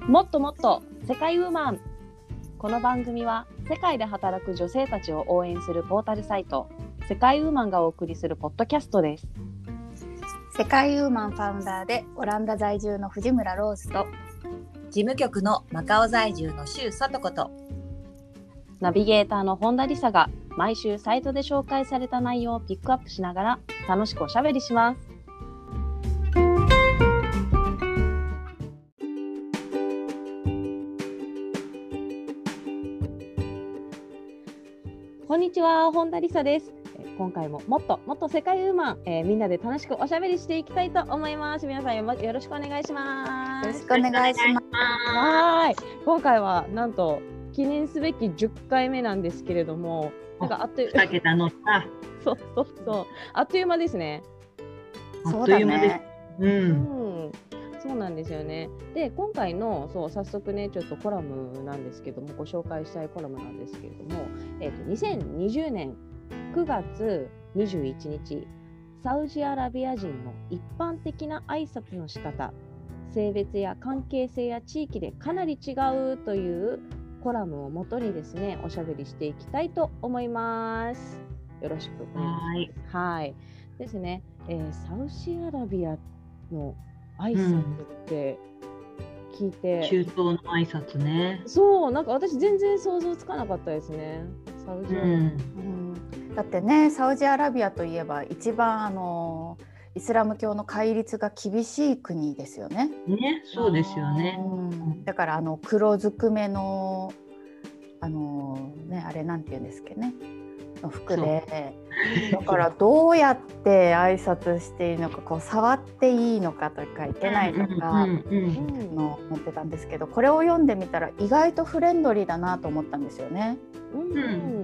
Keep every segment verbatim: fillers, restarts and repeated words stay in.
もっともっと世界ウーマン。この番組は世界で働く女性たちを応援するポータルサイト世界ウーマンがお送りするポッドキャストです。 世界ウーマンファウンダーでオランダ在住の藤村ローズと事務局のマカオ在住の周さとことナビゲーターの本田理沙が毎週サイトで紹介された内容をピックアップしながら楽しくおしゃべりします。こんにちは、本田理沙です。今回ももっともっと世界ウーマン、えー、みんなで楽しくおしゃべりしていきたいと思います。皆さん よ, よろしくお願いします。 よろしくお願いします。 はい、今回はなんと記念すべきじゅっかいめなんですけれども、なんかあっというに桁乗ったそうそうそうあっという間ですね。 あっという間です。うん、 うん、そうなんですよね。で、今回のそう早速ねちょっとコラムなんですけども、ご紹介したいコラムなんですけれども、えーと、にせんにじゅうねんくがつにじゅういちにち、サウジアラビア人の一般的な挨拶の仕方、性別や関係性や地域でかなり違うというコラムをもとにですね、おしゃべりしていきたいと思います。よろしくお願いします。はい。ですね、えー、サウジアラビアの挨拶って聞いて、うん、 中東の挨拶ね。 そう、なんか私全然想像つかなかったですね。サウジアラビア、うんうん、だってね、サウジアラビアといえば一番あのイスラム教の戒律が厳しい国ですよね。 ね、そうですよね。 うん、だからあの黒ずくめのあのね、あれなんて言うんですかね、の服で、だからどうやって挨拶していいのか、こう触っていいのかとかいけないとかの思ってたんですけど、これを読んでみたら意外とフレンドリーだなと思ったんですよね。 うん、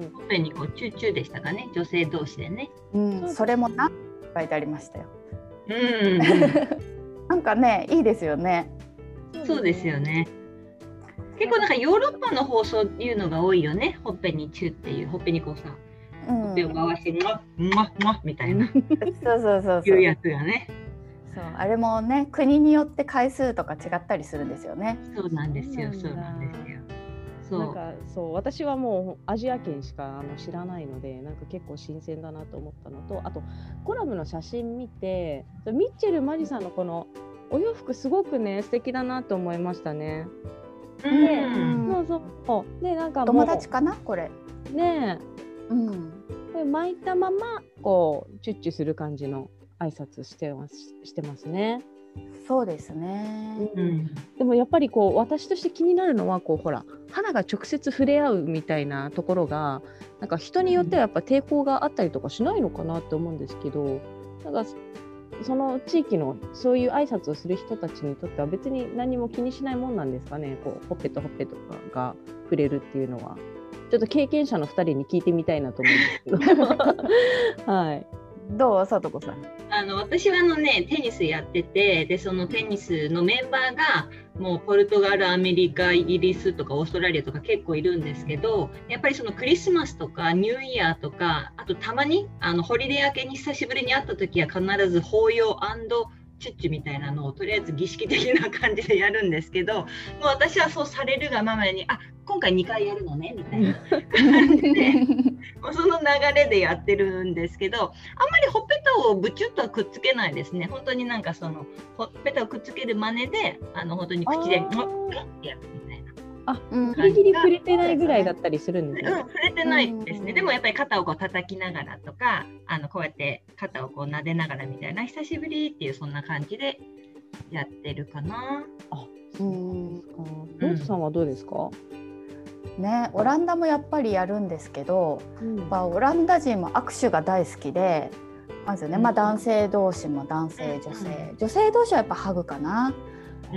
ほっぺにこうチューチューでしたかね、女性同士でね。 うん、それも何て書いてありましたよ。 うん、 なんかね、いいですよね。 そうですよね。結構なんかヨーロッパの放送いうのが多いよね。ほっぺにチューっていう、ほっぺにこうさ、うん、ほっぺを回してムワッムワッムワッみたいなそうそうそうそういうやつがね。 そう、あれもね、国によって回数とか違ったりするんですよね。 そうなんですよ、そうなんですよ。そう、 なんかそう、私はもうアジア圏しかあの知らないので、なんか結構新鮮だなと思ったのと、あとコラムの写真見て、ミッチェル・マリさんのこのお洋服すごくね素敵だなと思いましたね。 で、 うん、そうそうで、なんかもう友達かなこれねえ、 うん、 これ巻いたままこうチュッチュする感じの挨拶してますしてますね。 そうですね、 うん、でもやっぱりこう私として気になるのは、こうほら肌が直接触れ合うみたいなところがなんか人によってはやっぱ抵抗があったりとかしないのかなって思うんですけど、なんかその地域のそういう挨拶をする人たちにとっては別に何も気にしないもんなんですかね。こうほっぺとほっぺとかが触れるっていうのはちょっと経験者のふたりに聞いてみたいなと思うんですけどはい、 どう、さとこさん。 あの私はあの、ね、テニスやってて、でそのテニスのメンバーがもうポルトガル、アメリカ、イギリスとかオーストラリアとか結構いるんですけど、やっぱりそのクリスマスとかニューイヤーとか、あとたまにあのホリデー明けに久しぶりに会った時は必ず法要&チュッチュみたいなのをとりあえず儀式的な感じでやるんですけど、もう私はそうされるがままに、あ、今回にかいやるのねみたいな感じでもうその流れでやってるんですけど、あんまりほっぺたをブチュッとはくっつけないですね。本当になんかそのほっぺたをくっつける真似で、あの本当に口でグッてやるみたいな。 あ、ギリギリ触れてないぐらいだったりするんですね。 うん、触れてないですね。でもやっぱり肩をこう叩きながらとか、あのこうやって肩をこう撫でながらみたいな、久しぶりっていうそんな感じでやってるかな。 あ、そうですか。ローズさんはどうですか？ ね、オランダもやっぱりやるんですけど、うん、まあ、オランダ人も握手が大好きで、まずね、まあ、男性同士も男性女性、うん、女性同士はやっぱハグかな、うん、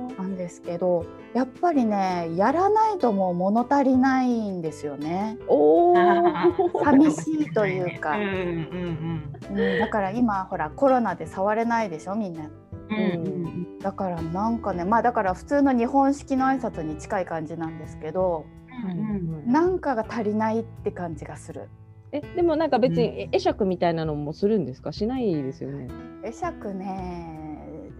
なんですけど、やっぱりねやらないともう物足りないんですよね。 お寂しいというか、だから今ほらコロナで触れないでしょみんな。うん、だからなんかね、まあだから普通の日本式の挨拶に近い感じなんですけど、うん、なんかが足りないって感じがする。 え、でもなんか別に会釈みたいなのもするんですか？しないですよね。 会釈ね、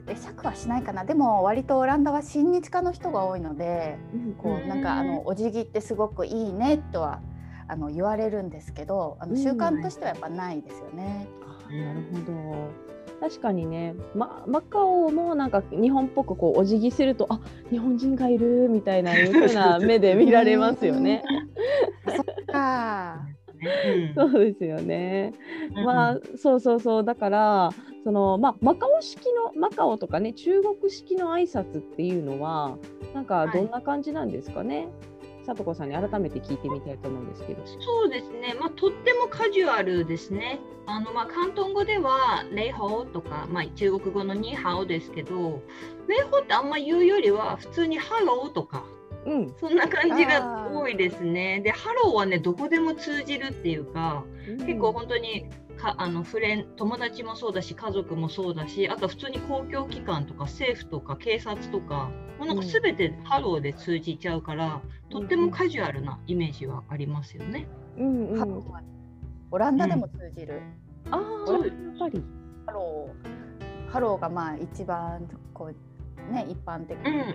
会釈はしないかな。でも割とオランダは親日家の人が多いので、こうなんかあのお辞儀ってすごくいいねとはあの言われるんですけど、あの習慣としてはやっぱないですよね。 あ、なるほど。確かにね、ま、マカオもなんか日本っぽくこうお辞儀すると、あ、日本人がいるみたいないう風な目で見られますよね。 そっか。 そうですよね。まあそうそうそう、だからその、まあ、マカオ式のマカオとかね、中国式の挨拶っていうのはなんかどんな感じなんですかね。さとこさんに改めて聞いてみたいと思うんですけど。 そうですね、まあ、とってもカジュアルですね。あの、まあ、広東語ではレイホーとか、まあ、中国語のニーハオですけど、レイホーってあんま言うよりは普通にハローとか、うん、そんな感じが多いですね。で、ハローはね、どこでも通じるっていうか、うん、結構本当にかあのフレン友達もそうだし、家族もそうだし、あと普通に公共機関とか政府とか警察とか、もうなんか全てハローで通じちゃうから、うん、とってもカジュアルなイメージはありますよね。 うんうん、オランダでも通じる。 うん、ああ、やっぱりハロー、ハローがまあ一番こうね一般的。 うんうんうん、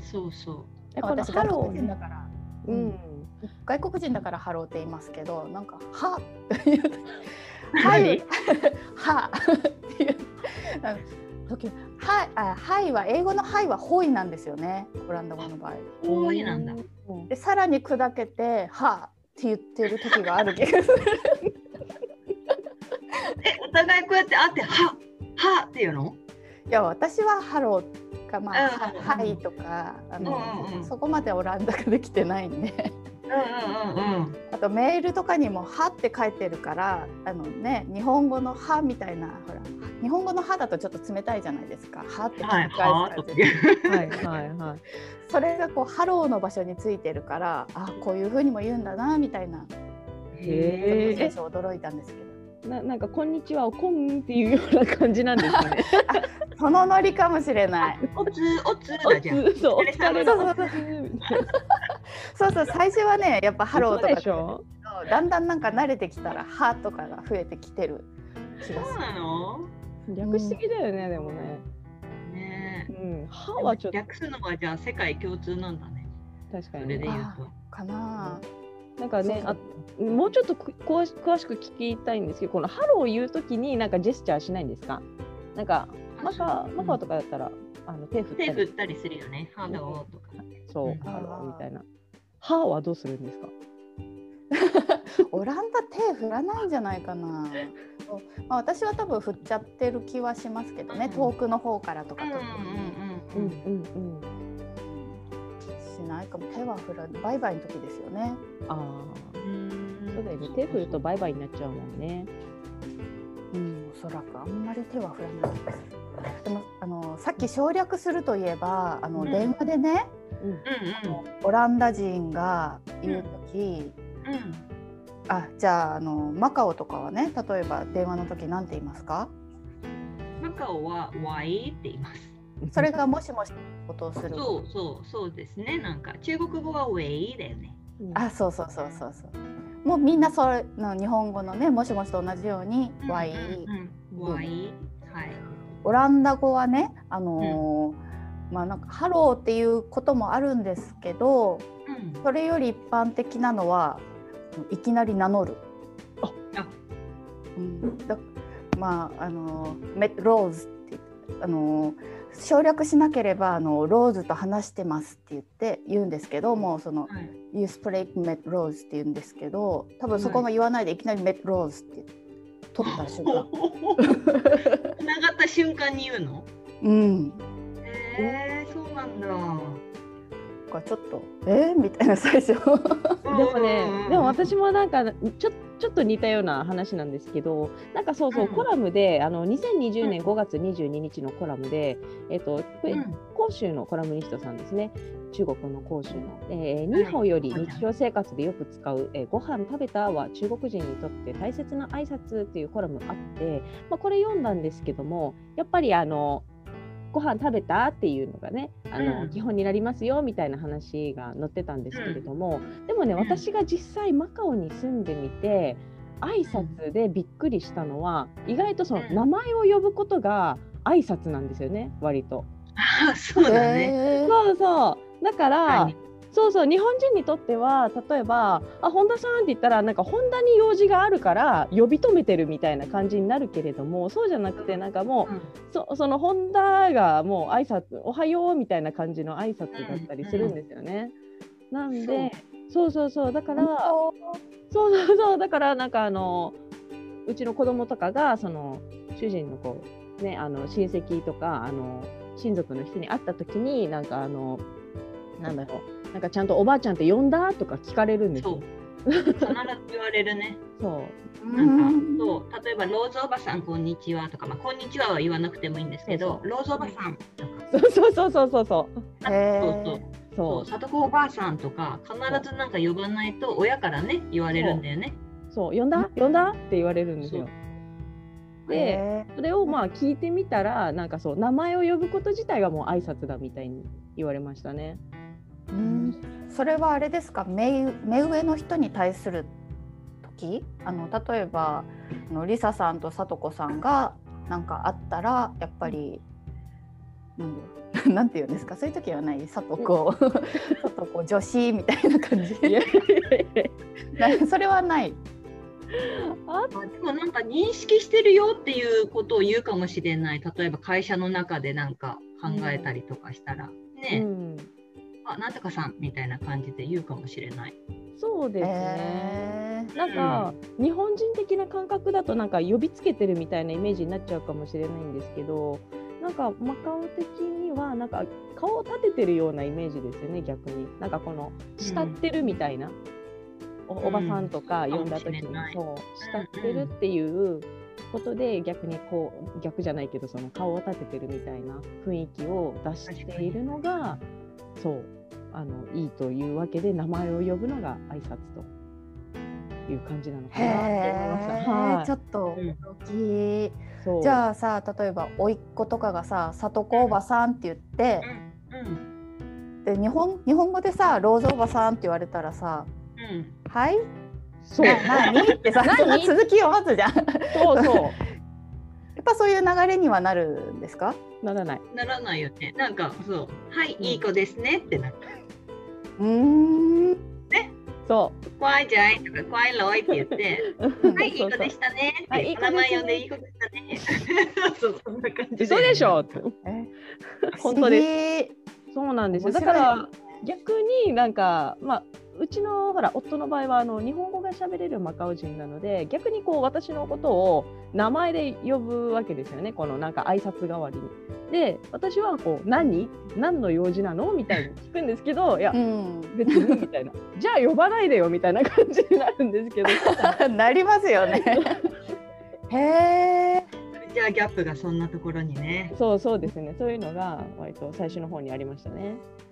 そうそう。 私外国人だから、うん、外国人だからハローって言いますけど、なんかはっていうはいはっていう時、はいあはいは英語のはいはホイなんですよね、オランダ語の場合。 ホイなんだ。 でさらに砕けてはって言ってる時がある気がする。 え、お互いこうやって会ってははっていうの？ いや、私はハローか、まあ、はいとか、あの、うんうん、そこまでオランダができてないんで、うんうんうん、あとメールとかにもはって書いてるから、あのね、日本語のはみたいな、ほら日本語のはだとちょっと冷たいじゃないですか。はって聞き返す感じ、はいはいはい、それがこうハローの場所についてるから、あ、こういう風にも言うんだなみたいな。へえ、最初驚いたんですけど。 な, なんかこんにちはをこんっていうような感じなんですかね。 そのノリかもしれない。 おつおつだじゃん。そうそうそうそう、最初はね、やっぱハローとかでしょ。だんだんなんか慣れてきたらハとかが増えてきてる気がする。 そうなの？ 略しすぎだよね、うん、でもね。 ねえ。 うん、ハはちょっと略すのはじゃあ世界共通なんだね。 確かに。 それで言うと。 かな。 なんかね、あ、もうちょっと詳し詳しく聞きたいんですけど、このハローを言うときになんかジェスチャーしないんですか？なんかマカマカオとかだったらあの手振ったり手振ったりするよね。ハローとか。 そう、うん、ハローみたいな。ハーはどうするんですか？ オランダ手振らないんじゃないかな。まあ、私は多分振っちゃってる気はしますけどね、うん、遠くの方からとか特に。うんうんうん。しないかも。手は振らない。バイバイの時ですよね。ああ、そうだよね。手振るとバイバイになっちゃうもんね。うん、おそらくあんまり手は振らないです。でもあのさっき省略するといえば、あの、うん、電話でね、うん、あのオランダ人が言う時、うんうん、あ、じゃあ、あのマカオとかはね、例えば電話の時なんて言いますか？ マカオはワイって言います。 それがもしもしことをする。 そうそうそうですね。なんか中国語はウェイだよね。 うん、あ、そうそうそうそうそう。もうみんなそれの日本語のね、もしもしと同じように、うん、ワイ、 うんうん、ワイ、はい。 オランダ語はね、あのーうん、まあなんかハローっていうこともあるんですけど、うん、それより一般的なのはいきなり名乗る。あ、あ、うん、だまああのメローズってあの省略しなければあのローズと話してますって言って言うんですけども、その、はい、You speak met Rose って言うんですけど、多分そこも言わないでいきなり met Rose って取った瞬間つながった瞬間に言うの？うん。へえー、そうなんだ。 かちょっとえー、みたいな最初でもね、でも私もなんかちょちょっと似たような話なんですけど、なんかそうそう、うん、コラムであのにせんにじゅうねんごがつにじゅうににちのコラムで、えっと、これ、うん、広州のコラムニストさんですね、中国の広州の、えー、ニーハオより日常生活でよく使う、えー、ご飯食べたは中国人にとって大切な挨拶っていうコラムあって、まあ、これ読んだんですけども、やっぱりあのご飯食べたっていうのがね、あの、うん、基本になりますよみたいな話が載ってたんですけれども、うん、でもね、私が実際マカオに住んでみて挨拶でびっくりしたのは、意外とその名前を呼ぶことが挨拶なんですよね、割と。 あ、そうだね。 そうそうだから、 はい、 そうそう日本人にとっては例えば「あ本田さん」って言ったらなんか本田に用事があるから呼び止めてるみたいな感じになるけれども、そうじゃなくてなんかもう、うん、そ, その本田がもう挨拶おはようみたいな感じの挨拶だったりするんですよね。うんうん、なんでそうそうそうだからそうそうそうだからなんかあのうちの子供とかがその主人のこうねあの親戚とかあの親族の人に会った時になんかあのなんだろうなんかちゃんとおばあちゃんって呼んだとか聞かれるんですよ。 そう必ず言われるね。 そうなんかそう例えばローズおばさんこんにちはとか、まあ、こんにちはは言わなくてもいいんですけど、そうそうローズおばさんとかそうそうそうそうそうそうそうそう里子おばあさんとか必ずなんか呼ばないと親からね言われるんだよね。 そう呼んだ呼んだって言われるんですよ。でそれをまあ聞いてみたらなんかそう名前を呼ぶこと自体がもう挨拶だみたいに言われましたね。 うん、それはあれですか、目、目上の人に対する時、あの例えばあのリサさんとさとこさんがなんかあったらやっぱり、うん、なんて言うんですか、そういう時はないさとこさとこ女子みたいな感じそれはない。 あでもなんか認識してるよっていうことを言うかもしれない。例えば会社の中でなんか考えたりとかしたら、うん、ね、うんあなんとかさんみたいな感じで言うかもしれない。 そうですね、えー、なんか、うん、日本人的な感覚だとなんか呼びつけてるみたいなイメージになっちゃうかもしれないんですけど、なんかマカオ的にはなんか顔を立ててるようなイメージですよね。逆になんかこの慕ってるみたいな、うん、お, おばさんとか呼んだ時に、うん、そう慕ってるっていうことで逆にこう逆じゃないけどその顔を立ててるみたいな雰囲気を出しているのがそうあのいいというわけで名前を呼ぶのが挨拶という感じなのかなって思いました。 はい、ちょっと驚き、うん、じゃあさ例えば甥っ子とかがささとこおばさんって言って、うんうん、で 日, 本日本語でさローズおばさんって言われたらさ、うん、はいそう何ってさ続きを待つじゃん。そうそうやっぱそういう流れにはなるんですか？ ならない。 ならないよね。なんかそうはい、うん、いい子ですねってなる。 うーんね、 そう怖いじゃいとか怖いろいって言ってはいいい子でしたねって名前呼んでいい子でしたねそうそんな感じで嘘でしょって本当です。そうなんですよ。だから逆になんかまあうちのほら夫の場合はあの日本語が喋れるマカオ人なので逆にこう私のことを名前で呼ぶわけですよね。このなんか挨拶代わりに。で私はこう何何の用事なのみたいに聞くんですけどいや、うん、別にみたいなじゃあ呼ばないでよみたいな感じになるんですけどなりますよねへえ。 じゃあギャップがそんなところにね。 そうそうですね。そういうのが割と最初の方にありましたね。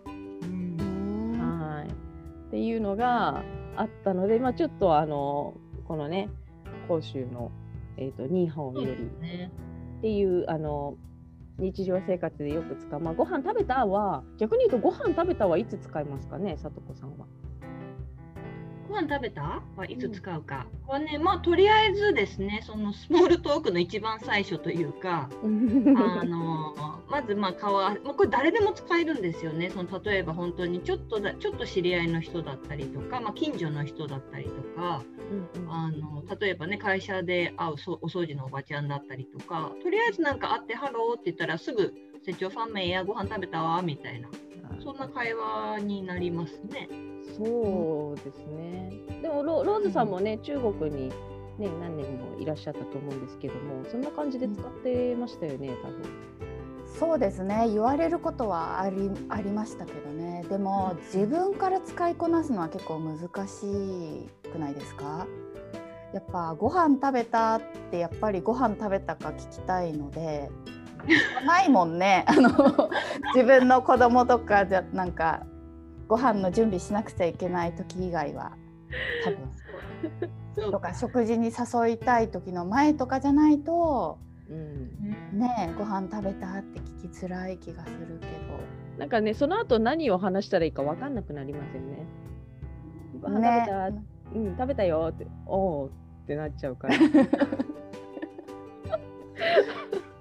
っていうのがあったので、まあ、ちょっとあのこのね広州の、えー、とニーハオミドリっていう、あの日常生活でよく使う、まあ、ご飯食べたは逆に言うとご飯食べたはいつ使いますかね、さとこさんは。 ご飯食べたはいつ使うか、うん、はね、まあとりあえずですねそのスモールトークの一番最初というかあのまずまあ顔は、まあ、これ誰でも使えるんですよね。その例えば本当にちょっとだちょっと知り合いの人だったりとか、まあ、近所の人だったりとか、うんうん、あの例えばね会社で会うそお掃除のおばちゃんだったりとか、とりあえずなんか会ってハローって言ったらすぐ「セチョファンメイやご飯食べたわ」みたいなそんな会話になりますね。 そうですね。でも ロ, ローズさんもね、うん、中国に、ね、何年もいらっしゃったと思うんですけどもそんな感じで使ってましたよね、多分。 そうですね、言われることはあ り, ありましたけどね。でも、うん、自分から使いこなすのは結構難しくないですか？やっぱご飯食べたってやっぱりご飯食べたか聞きたいのでないもんねあの自分の子供とかじゃなんかご飯の準備しなくちゃいけない時以外は多分とか食事に誘いたい時の前とかじゃないと、うん、ねえご飯食べたって聞きづらい気がするけどなんかねその後何を話したらいいか分かんなくなりますよね。ご飯食べた、ね、うん食べたよっておーってなっちゃうから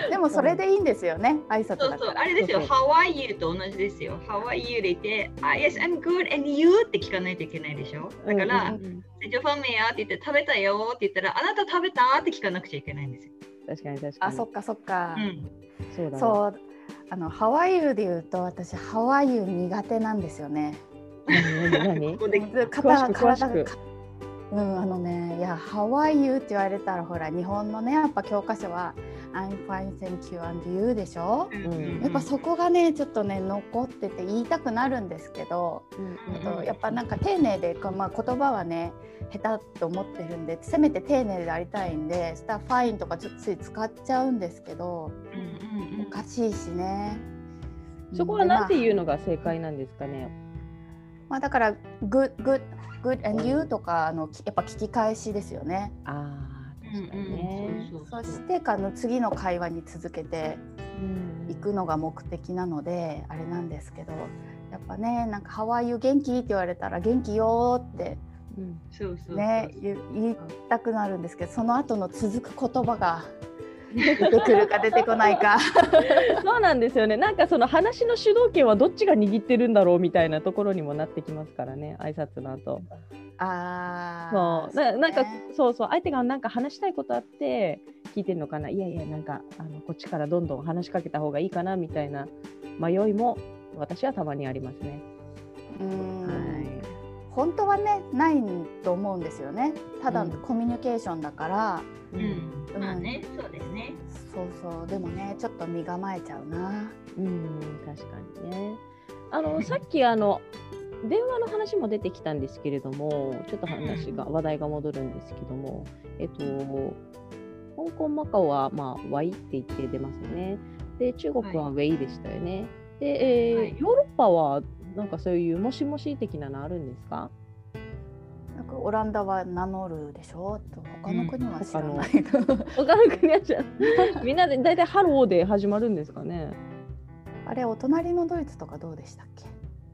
でもそれでいいんですよね、挨拶だから。 そうそう、あれですよ、How are you と同じですよ。How are you で言って、あ、Yes, I'm good, and you って聞かないといけないでしょ。だから、Did you find me って言って、食べたよって言ったら、あなた食べたって聞かなくちゃいけないんですよ。 確かに確かに。 あ、そっかそっか。 うん、 そうだ、ね。 そう、あの How are you で言うと、私 How are you 苦手なんですよね。 何何？ ここで肩体が。うん、あのね、いや、How are you って言われたら、ほら、日本のね、やっぱ教科書は I'm fine, thank you, and you でしょ、うん、やっぱそこがね、ちょっとね、残ってて言いたくなるんですけど、うん、あとやっぱなんか丁寧で、まあ、言葉はね、下手と思ってるんで、せめて丁寧でありたいんで、スターファインとかちょっとつい使っちゃうんですけど、うんうん、おかしいしね。 そこはなんていうのが正解なんですかね。 まあ、だから good, good, good and you とか、あのやっぱ聞き返しですよね。 ああ、確かにね。 そしてかの次の会話に続けていくのが目的なので、あれなんですけど、やっぱね、なんか How are you 元気って言われたら元気よってね、言いたくなるんですけど、その後の続く言葉が出てくるか出てこないかそうなんですよね。なんかその話の主導権はどっちが握ってるんだろうみたいなところにもなってきますからね、挨拶の後。 ああ、そう、な、なんかそうそう、相手がなんか話したいことあって聞いてるのかな、いやいや、なんかあのこっちからどんどん話しかけた方がいいかなみたいな迷いも私はたまにありますね。 うーん、はい、本当はね、ないと思うんですよね。ただコミュニケーションだから、 うんうん、まあね、そうですね。 そうそう、でもね、ちょっと身構えちゃうな。 うん、確かにね。あのさっきあの電話の話も出てきたんですけれども、ちょっと話が話題が戻るんですけども、えっと香港マカオはまあワイって言って出ますよね。で中国はウェイでしたよね。はい、で、えーはい、ヨーロッパはなんかそういうもしもし的なのあるんですか？ なんかオランダは名乗るでしょ。他の国は知らない。 うん、他の国は知らない。みんなでだいたいハローで始まるんですかね。 あれ、お隣のドイツとかどうでしたっけ？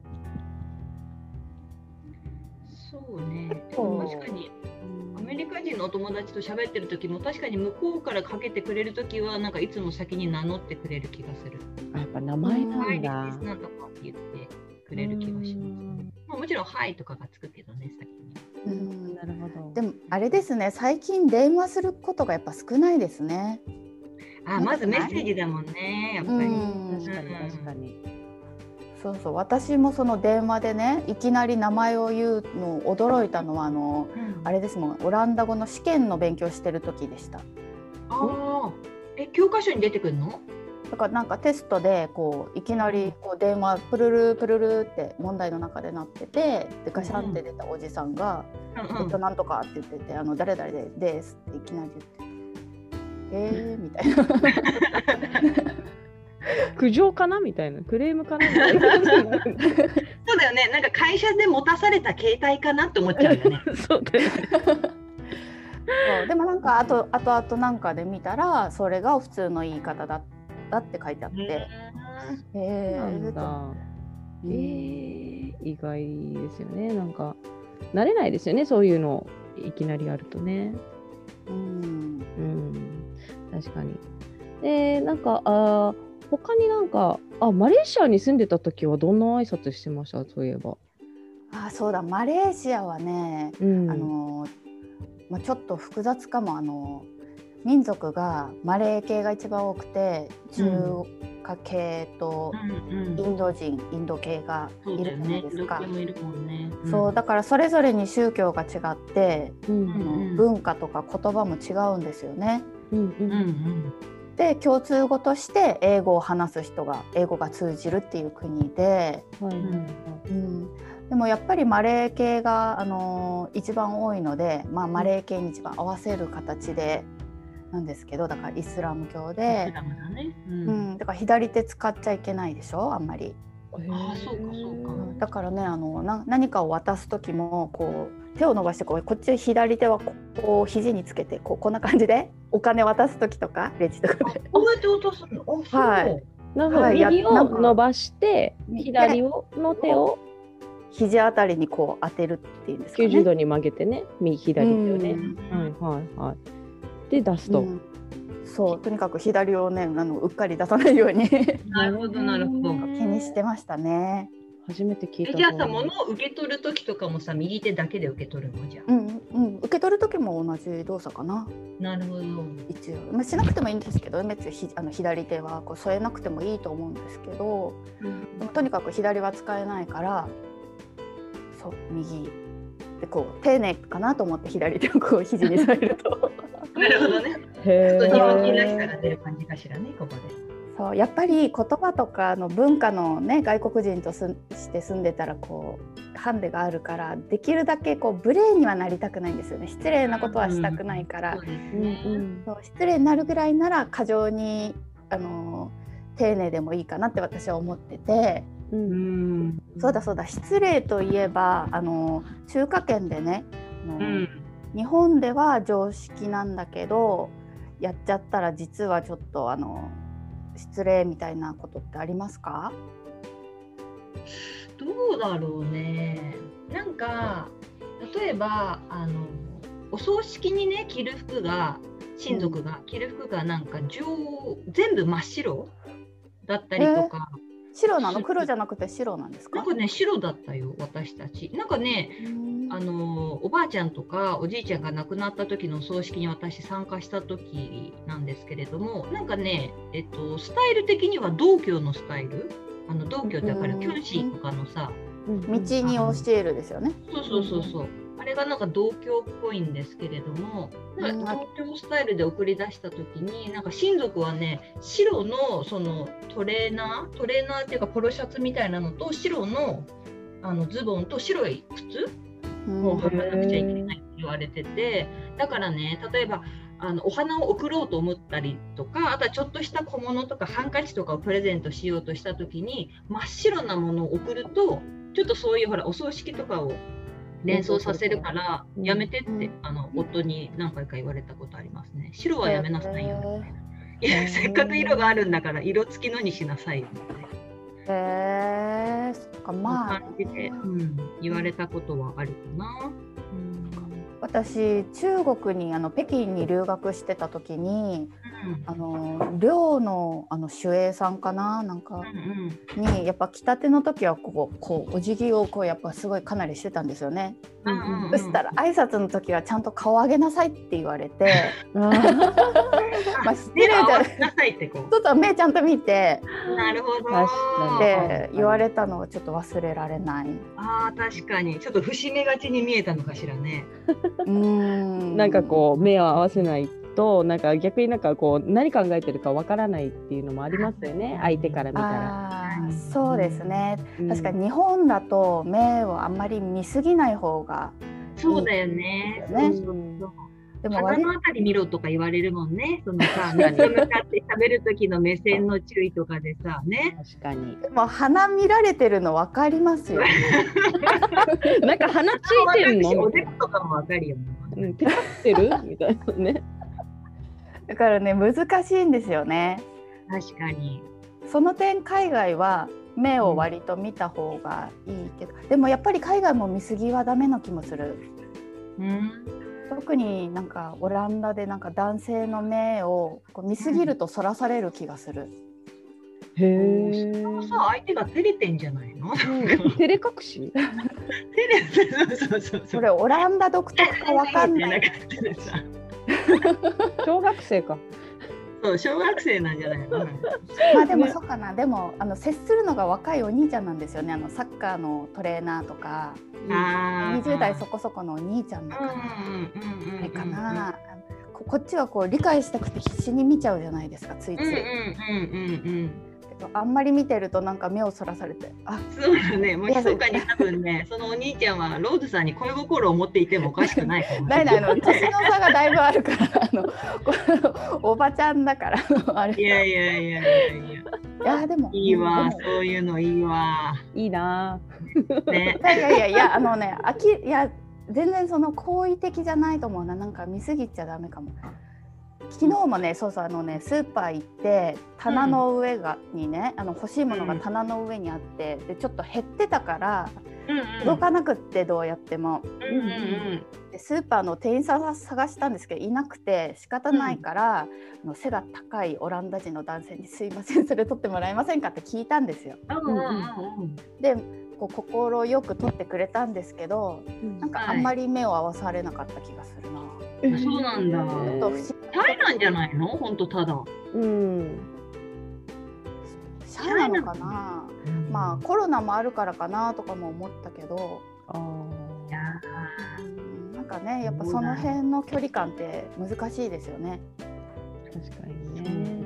そうね。でも確かにアメリカ人のお友達と喋ってる時も確かに向こうからかけてくれる時はなんかいつも先に名乗ってくれる気がする。 あ、やっぱ名前なんだ。 はい、なんとかって言ってくれる気がしますね。まあ、もちろんはいとかがつくけどね、先に。 うん、なるほど。でもあれですね、最近電話することがやっぱ少ないですね。 あ、まずメッセージだもんね、やっぱり。 確かに確かに。 そうそう、私もその電話でね、いきなり名前を言うの驚いたのは、あの、うん、あれですもん、オランダ語の試験の勉強してる時でした。 ああ、え、教科書に出てくるの？ だからなんかテストでこういきなりこう電話プルルプルルって問題の中でなってて、でガシャンって出たおじさんが「うん、えっとなんとか」って言ってて「あの誰々でです」っていきなり言って「えー」みたいな苦情かなみたいな、クレームかなみたいなそうだよね、なんか会社で持たされた携帯かなって思っちゃうよねそうだよねそう、でもなんかあとあとあとなんかで見たらそれが普通の言い方だったって書いてあって、 うん、えー、なんだ、えー、意外ですよね。なんか慣れないですよね、そういうのいきなりあるとね。うん、うん、確かに。で、なんかあ他になんかあマレーシアに住んでた時はどんな挨拶してました？そういえば。 あ、そうだ、マレーシアはね、うん、あのまあ、ちょっと複雑かも。あの民族がマレー系が一番多くて、中華系とインド人、うん、インド系がいるじゃないですか。そうだからそれぞれに宗教が違って、うん、あの文化とか言葉も違うんですよね。うんうんうん、で共通語として英語を話す人が英語が通じるっていう国で、はいうんうん、でもやっぱりマレー系が、あのー、一番多いので、まあ、マレー系に一番合わせる形でなんですけど、だからイスラム教で、イスラムだね、うんうん、だから左手使っちゃいけないでしょ、あんまり。 あ、そうかそうか。 だからね、あのな何かを渡す時もこう手を伸ばしてこうこっち左手はこう肘につけてこうこんな感じでお金渡す時とかレジとかでこうやって渡すの？ はい。 なるほど、はい、右を伸ばして左をの手を肘あたりにこう当てるっていうんですかね。 きゅうじゅうどに曲げてね、右左手をね、はいはいはい。で出すと。うん、 そうとにかく左をねあのうっかり出さないようになるほどなるほど。 気にしてましたね。 初めて聞いた。 じゃあさ、物を受け取る時とかもさ、右手だけで受け取るのじゃあ。 うんうん、受け取る時も同じ動作かな。 なるほど。 一応、まあ、しなくてもいいんですけど、別にひあの左手はこう添えなくてもいいと思うんですけど、うん、でもとにかく左は使えないから、そう右でこう丁寧かなと思って左手をこう肘に添えると。 なるほどね。ちょっと日本人らしさが出る感じかしらね、ここで。 そうやっぱり言葉とかの文化のね外国人とすして住んでたらこうハンデがあるからできるだけこう無礼にはなりたくないんですよね。失礼なことはしたくないから、失礼になるぐらいなら過剰にあの丁寧でもいいかなって私は思ってて、うん、そうだそうだ失礼といえばあの中華圏でねあの、うん、日本では常識なんだけどやっちゃったら実はちょっとあの失礼みたいなことってありますか？ どうだろうね。なんか例えばあのお葬式にね着る服が親族が着る服がなんか上全部真っ白だったりとか、 えー、白なの？黒じゃなくて白なんですか？ なんかね白だったよ私たち。なんかねあのおばあちゃんとかおじいちゃんが亡くなった時のお葬式に私参加した時なんですけれども、なんかね、えっと、スタイル的には道教のスタイル、あの道教ってだからキョンシーとかのさ、 道に教えるですよね。 そうそうそうそう、あれがなんか道教っぽいんですけれども、なんか道教スタイルで送り出した時になんか親族はね白のそのトレーナートレーナーっていうかポロシャツみたいなのと白のあのズボンと白い靴もう履かなくちゃいけないって言われてて、だからね例えばあのお花を贈ろうと思ったりとか、あとはちょっとした小物とかハンカチとかをプレゼントしようとした時に真っ白なものを贈るとちょっとそういうほらお葬式とかを連想させるからやめてって、うん、あの夫に何回か言われたことありますね。白はやめなさいよみたいな。いやせっかく色があるんだから色付きのにしなさいよみたいな。 へえー、そっかまあ、 感じで、うん、言われたことはあるかな。うん、 私中国にあの北京に留学してた時に、うん、あの寮のあの守衛さんかななんか、うんうん、にやっぱ来たての時はこうこうお辞儀をこうやっぱすごいかなりしてたんですよね。うんうんうん、そしたら挨拶の時はちゃんと顔上げなさいって言われてまあ失礼じゃないちょっと目ちゃんと見てなるほどって言われたのをちょっと忘れられない。 あー確かにちょっと節目がちに見えたのかしらね。 うーんなんかこう目を合わせないとなんか逆になんかこう何考えてるかわからないっていうのもありますよね、相手から見たら。 あそうですね、うん、確かに日本だと目をあんまり見すぎない方がいい、 そうだよね。 ね、 そうそうそう、でも鼻のあたり見ろとか言われるもんね。そのさ、目に向かって喋る時の目線の注意とかでさね。 確かに。 でも鼻見られてるの分かりますよ、ね。 なんか鼻ついてるの？ おでことかも分かるよね。 うん、テカってるみたいなね。 だからね難しいんですよね。 確かに。 その点海外は目を割と見た方がいいけど、うん、でもやっぱり海外も見過ぎはダメな気もする。うん。特になんかオランダでなんか男性の目をこう見すぎるとそらされる気がする。 へえ。 さ相手が照れてんじゃないの？ 照れ隠し？ 照れそうそうそう。 それオランダ独特かわかんない。 小学生か。 そう小学生なんじゃないの？ まあでもそうかな。でもあの接するのが若いお兄ちゃんなんですよね。あのサッカーのトレーナーとか。にじゅう代そこそこのお兄ちゃんだからあれかな。こ, こっちはこう理解したくて必死に見ちゃうじゃないですかついつい。あんまり見てるとなんか目をそらされて、あそうだね、もう密かに多分ねそのお兄ちゃんはローズさんに恋心を持っていてもおかしくないかもないないの年の差がだいぶあるからあのおばちゃんだからあれ。 いやいやいやいやいや。 いやでもいいわ、そういうのいいわ。 いいな。 ね、いやいやいやあのねあきいや全然その好意的じゃないと思うな。なんか見すぎちゃダメかも。昨日もねそうそうあのねスーパー行って棚の上が、うん、にねあの欲しいものが棚の上にあって、うん、でちょっと減ってたから、うんうん、届かなくってどうやっても、うんうんうん、でスーパーの店員さん探したんですけどいなくて仕方ないから、うん、あの背が高いオランダ人の男性にすいませんそれ取ってもらえませんかって聞いたんですよ。 うんうんうん、 でこう心よく取ってくれたんですけど、うん、なんかあんまり目を合わされなかった気がするな。 はい、そうなんだ。ちょっと不思議。シャイなんじゃないの？本当ただ。うん。 シャイなのかな。うん、まあコロナもあるからかなとかも思ったけど。あいやなんかねやっぱその辺の距離感って難しいですよね。 確かにね。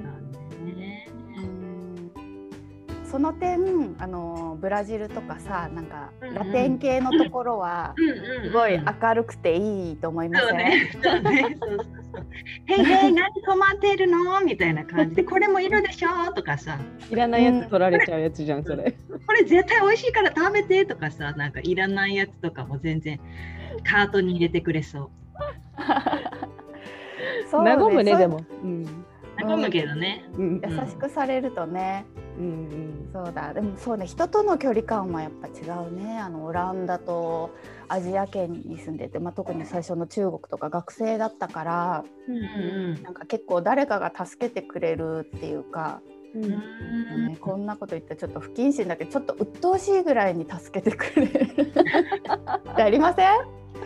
その点あのブラジルとかさなんかラテン系のところはすごい明るくていいと思いません？へいへい何困ってるのみたいな感じでこれもいるでしょとかさいらないやつ取られちゃうやつじゃん、うん、それこれ絶対美味しいから食べてとかさなんかいらないやつとかも全然カートに入れてくれそうそうね、和むねでも、うん、 和むけどね、 うん、優しくされるとね、うんうん、そうだでもそうね人との距離感はやっぱ違うね。あのオランダとアジア圏に住んでて、まあ、特に最初の中国とか学生だったから、うんうん、なんか結構誰かが助けてくれるっていうか、うんうんね、こんなこと言ったらちょっと不謹慎だけどちょっと鬱陶しいぐらいに助けてくれるってありません？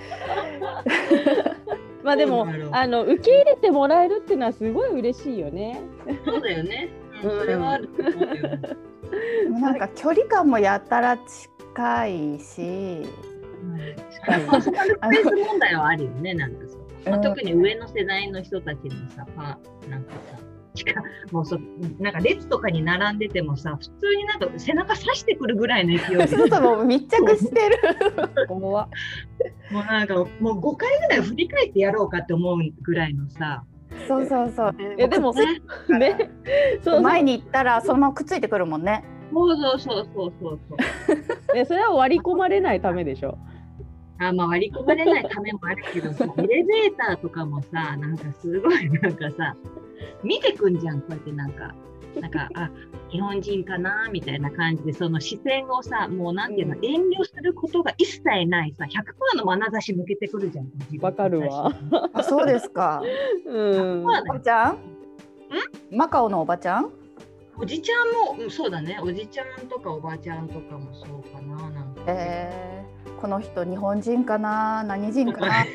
まあでもあの受け入れてもらえるっていうのはすごい嬉しいよね。 そうだよね。うん、それはあると思うよ。 なんか距離感もやたら近いし、 近い。パーソナルスペース問題はあるよね。なんかそう、まあ、特に上の世代の人たちのさ、パなんかさ。もうそなんか列とかに並んでてもさ普通になんか背中刺してくるぐらいの勢いでそうそうもう密着してるもうなんかもうごかいぐらい振り返ってやろうかって思うぐらいのさそうそうそうえでもねねそう前に行ったらそのままくっついてくるもんね。 そうそうそうそうそうそうえそれは割り込まれないためでしょ。 あまあ割り込まれないためもあるけどさエレベーターとかもさなんかすごいなんかさ見てくんじゃんこうやってなんかなんかあ日本人かなみたいな感じでその視線をさもうなんていうの、うん、遠慮することが一切ないさ ひゃくパーセント の眼差し向けてくるじゃん。 わかるわ。 あそうですか。うん。おばちゃん？ん？マカオのおばちゃん？ おじちゃんも、うん、そうだねおじちゃんとかおばちゃんとかもそうかななんか。 えー、この人日本人かな何人かな。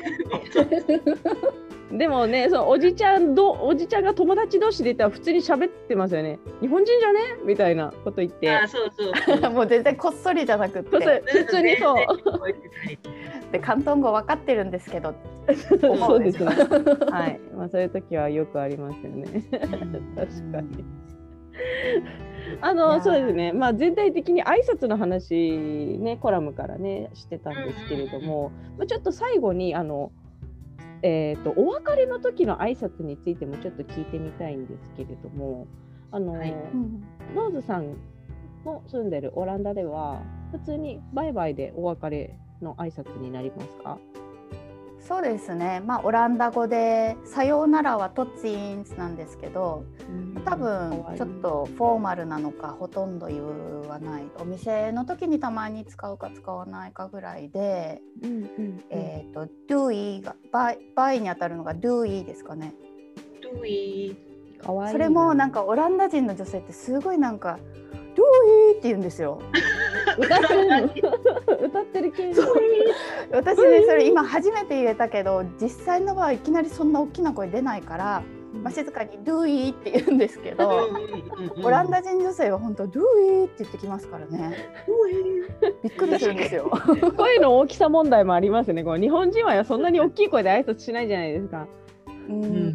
でもね、そのおじちゃんどおじちゃんが友達同士でいたら普通に喋ってますよね。日本人じゃねみたいなこと言って。 あ、そうそうそう。 もう全然こっそりじゃなくて。 普通にそう。 で広東語分かってるんですけど。 そうですね。はい。まあそういう時はよくありますよね。確かに。あのそうですね。まあ全体的に挨拶の話ねコラムからねしてたんですけれども、まあちょっと最後にあの。えー、とお別れの時の挨拶についてもちょっと聞いてみたいんですけれどもあの、はい、ノーズさんの住んでるオランダでは普通にバイバイでお別れの挨拶になりますか？ そうですね、まあ、オランダ語でさようならはトッツインスなんですけど、多分ちょっとフォーマルなのかほとんど言わない、お店の時にたまに使うか使わないかぐらいで、うんうんうん、えっと do がバイ、バイに当たるのが do ですかね。 do かわいいな。それもなんかオランダ人の女性ってすごいなんか do って言うんですよ。 歌ってる歌ってる系。 私ねそれ今初めて言えたけど実際の場合いきなりそんな大きな声出ないから、まあ、静かに do it って言うんですけどオランダ人女性は本当 do it って言ってきますからね。びっくりするんですよ。 声の大きさ問題もありますね。こう日本人はそんなに大きい声で挨拶しないじゃないですか。うん、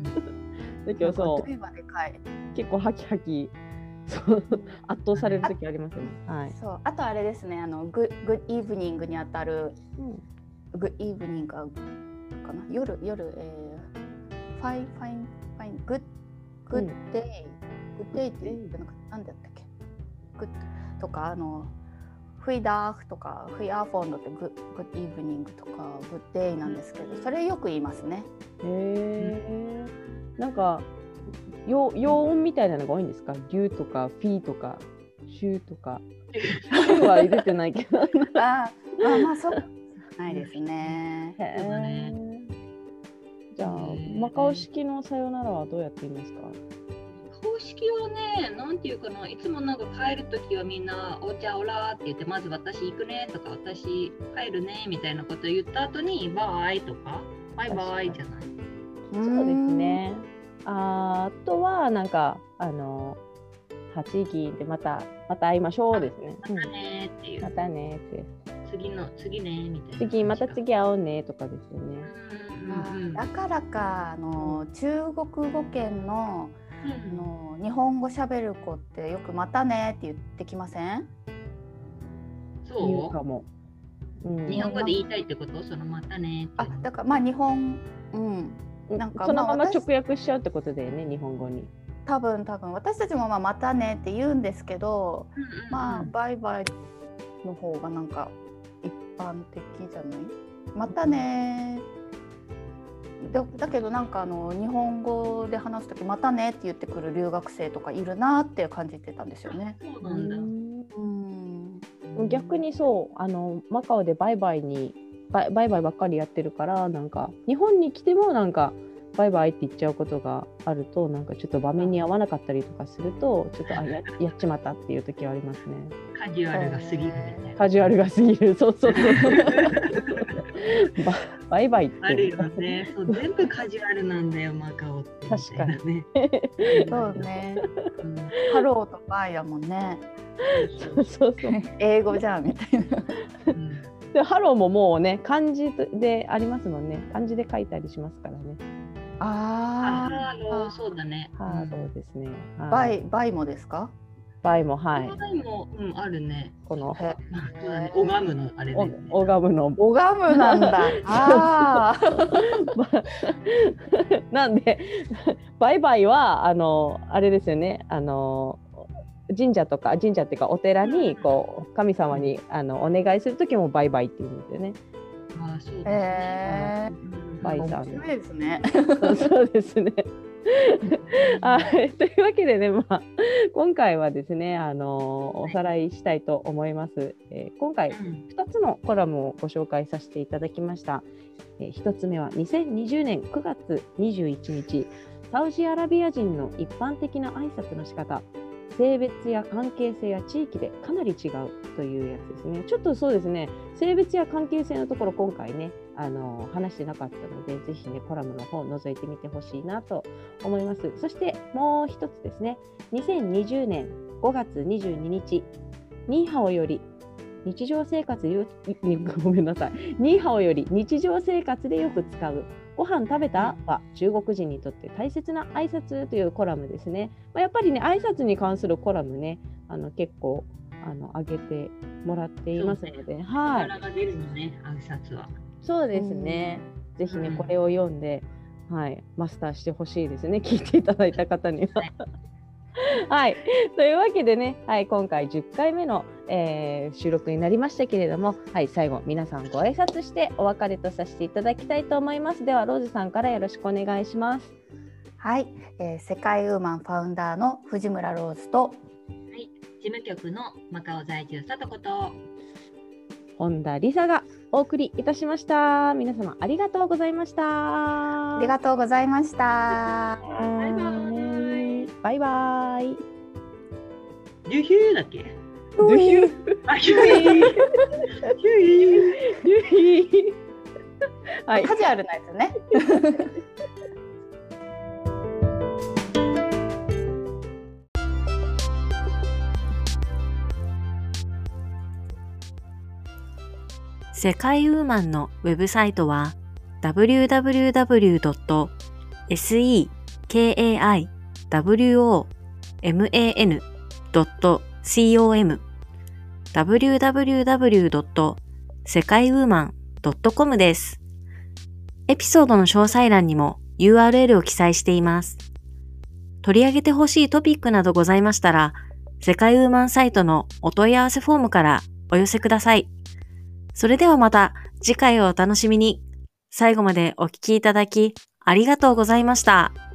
だけどそう結構ハキハキそう圧倒される時ありますよね。はい。 そう。あとあれですね。あのグッグッイーブニングにあたる、うん、グッイーブニングかな。夜夜、えー、ファイファインファイングッグッデイグッデイって言ってなんかなんだったっけ。グッとかあのフイダーフとかフイアーフォンドってグッグッイーブニングとかグッデイなんですけど、それよく言いますね。 へえ。なんか。陽音みたいなのが多いんですか？リューとかフィーとかシューとかシューは出てないけどああまあまあそうないですね。 へじゃあ、 ねマカオ式のさよならはどうやって言いますか？ 公式はね、なんていうかな、いつもなんか帰るときはみんな、お茶おらーって言って、まず私行くねとか、私帰るねみたいなことを言った後に、バイとか、バイバイじゃない。 そうですね。あとは、なんか、あの、八銀でまた、また会いましょうですね。 またねーっていう。 またねって。 次の、次ねみたいな。 次、また次会おうねとかですよね。 あだからか、あの、中国語圏の、あの日本語喋る子ってよくまたねって言ってきません？ そう言うかも。 うん、日本語で言いたいってこと？そのまたねって。 あ、だからまあ日本、うん、 なんかそのまま直訳しちゃうってことだよね、日本語に。 多分多分私たちもまあまたねって言うんですけど、うんうんうん、まあバイバイの方がなんか一般的じゃない？またね。だ, だけどなんかあの日本語で話すときまたねって言ってくる留学生とかいるなって感じてたんですよね。 そうなんだ。 うん、逆にそうあのマカオでバイバイにバイバイばっかりやってるから、なんか日本に来てもなんかバイバイって言っちゃうことがあると、なんかちょっと場面に合わなかったりとかするとちょっとあ や, やっちまったっていう時はありますね。 カジュアルが過ぎるみたいな。 カジュアルが過ぎる。そうそうそうバイバイってあるよね。そう、全部カジュアルなんだよマカオって。 確かにね。 そうね。うん、ハローとバイだもんね。 そうそうそう。 英語じゃんみたいな。 うん、でハローももうね漢字でありますもんね。漢字で書いたりしますからね。 ああ、ハロー、そうだね。 ハローですね。 バイバイもですか？ バイもはい。 バイも、うん、あるね。 このオガムのあれだよね。 オガムのオガムなんだ。ああ。 なんでバイバイはあのあれですよね。あの神社とか神社っていうかお寺にこう神様にあのお願いするときもバイバイって言うんですよね。 ああ、そうですね。 えー、 バイさん。 面白いですね。 そうですね。はい、というわけでね、まあ、今回はですね、あのおさらいしたいと思います。えー、今回ふたつのコラムをご紹介させていただきました。えー、ひとつめはにせんにじゅうねんくがつにじゅういちにち、サウジアラビア人の一般的な挨拶の仕方、性別や関係性や地域でかなり違うというやつですね。ちょっとそうですね、性別や関係性のところ今回ね、あの話してなかったので、ぜひねコラムの方を覗いてみてほしいなと思います。そしてもう一つですね、にせんにじゅうねんごがつにじゅうににち、ニーハオより日常生活よごめんなさいニーハオより日常生活でよく使うご飯食べたは中国人にとって大切な挨拶というコラムですね。まあ、やっぱりね挨拶に関するコラムね、あの結構あの上げてもらっていますので、ね、はい。 力が出るのね、挨拶は。 そうですね。ぜひねこれを読んで、はい、マスターしてほしいですね。聞いていただいた方には。はい、というわけでね、はい、今回じゅっかいめの、えー、収録になりましたけれども、はい、最後皆さんご挨拶してお別れとさせていただきたいと思います。ではローズさんからよろしくお願いします。 はい、えー、世界ウーマンファウンダーの藤村ローズと、はい、 事務局のマカオ在住さとこと本田理沙がお送りいたしました。皆様ありがとうございました。 ありがとうございました。 バイバイ。 バイバイ。 リュヒューだっけ？リュヒュー。 あ、ヒューイ。ヒューイ。 リュヒー。 はい。カジュアルなやつね。 世界ウーマンのウェブサイトは ダブリューダブリューダブリュードットセカイウーマンドットコム ダブリューダブリューダブリュードットセカイウーマンドットコム です。エピソードの詳細欄にも ユーアールエル を記載しています。取り上げてほしいトピックなどございましたら、世界ウーマンサイトのお問い合わせフォームからお寄せください。それではまた次回をお楽しみに。最後までお聞きいただきありがとうございました。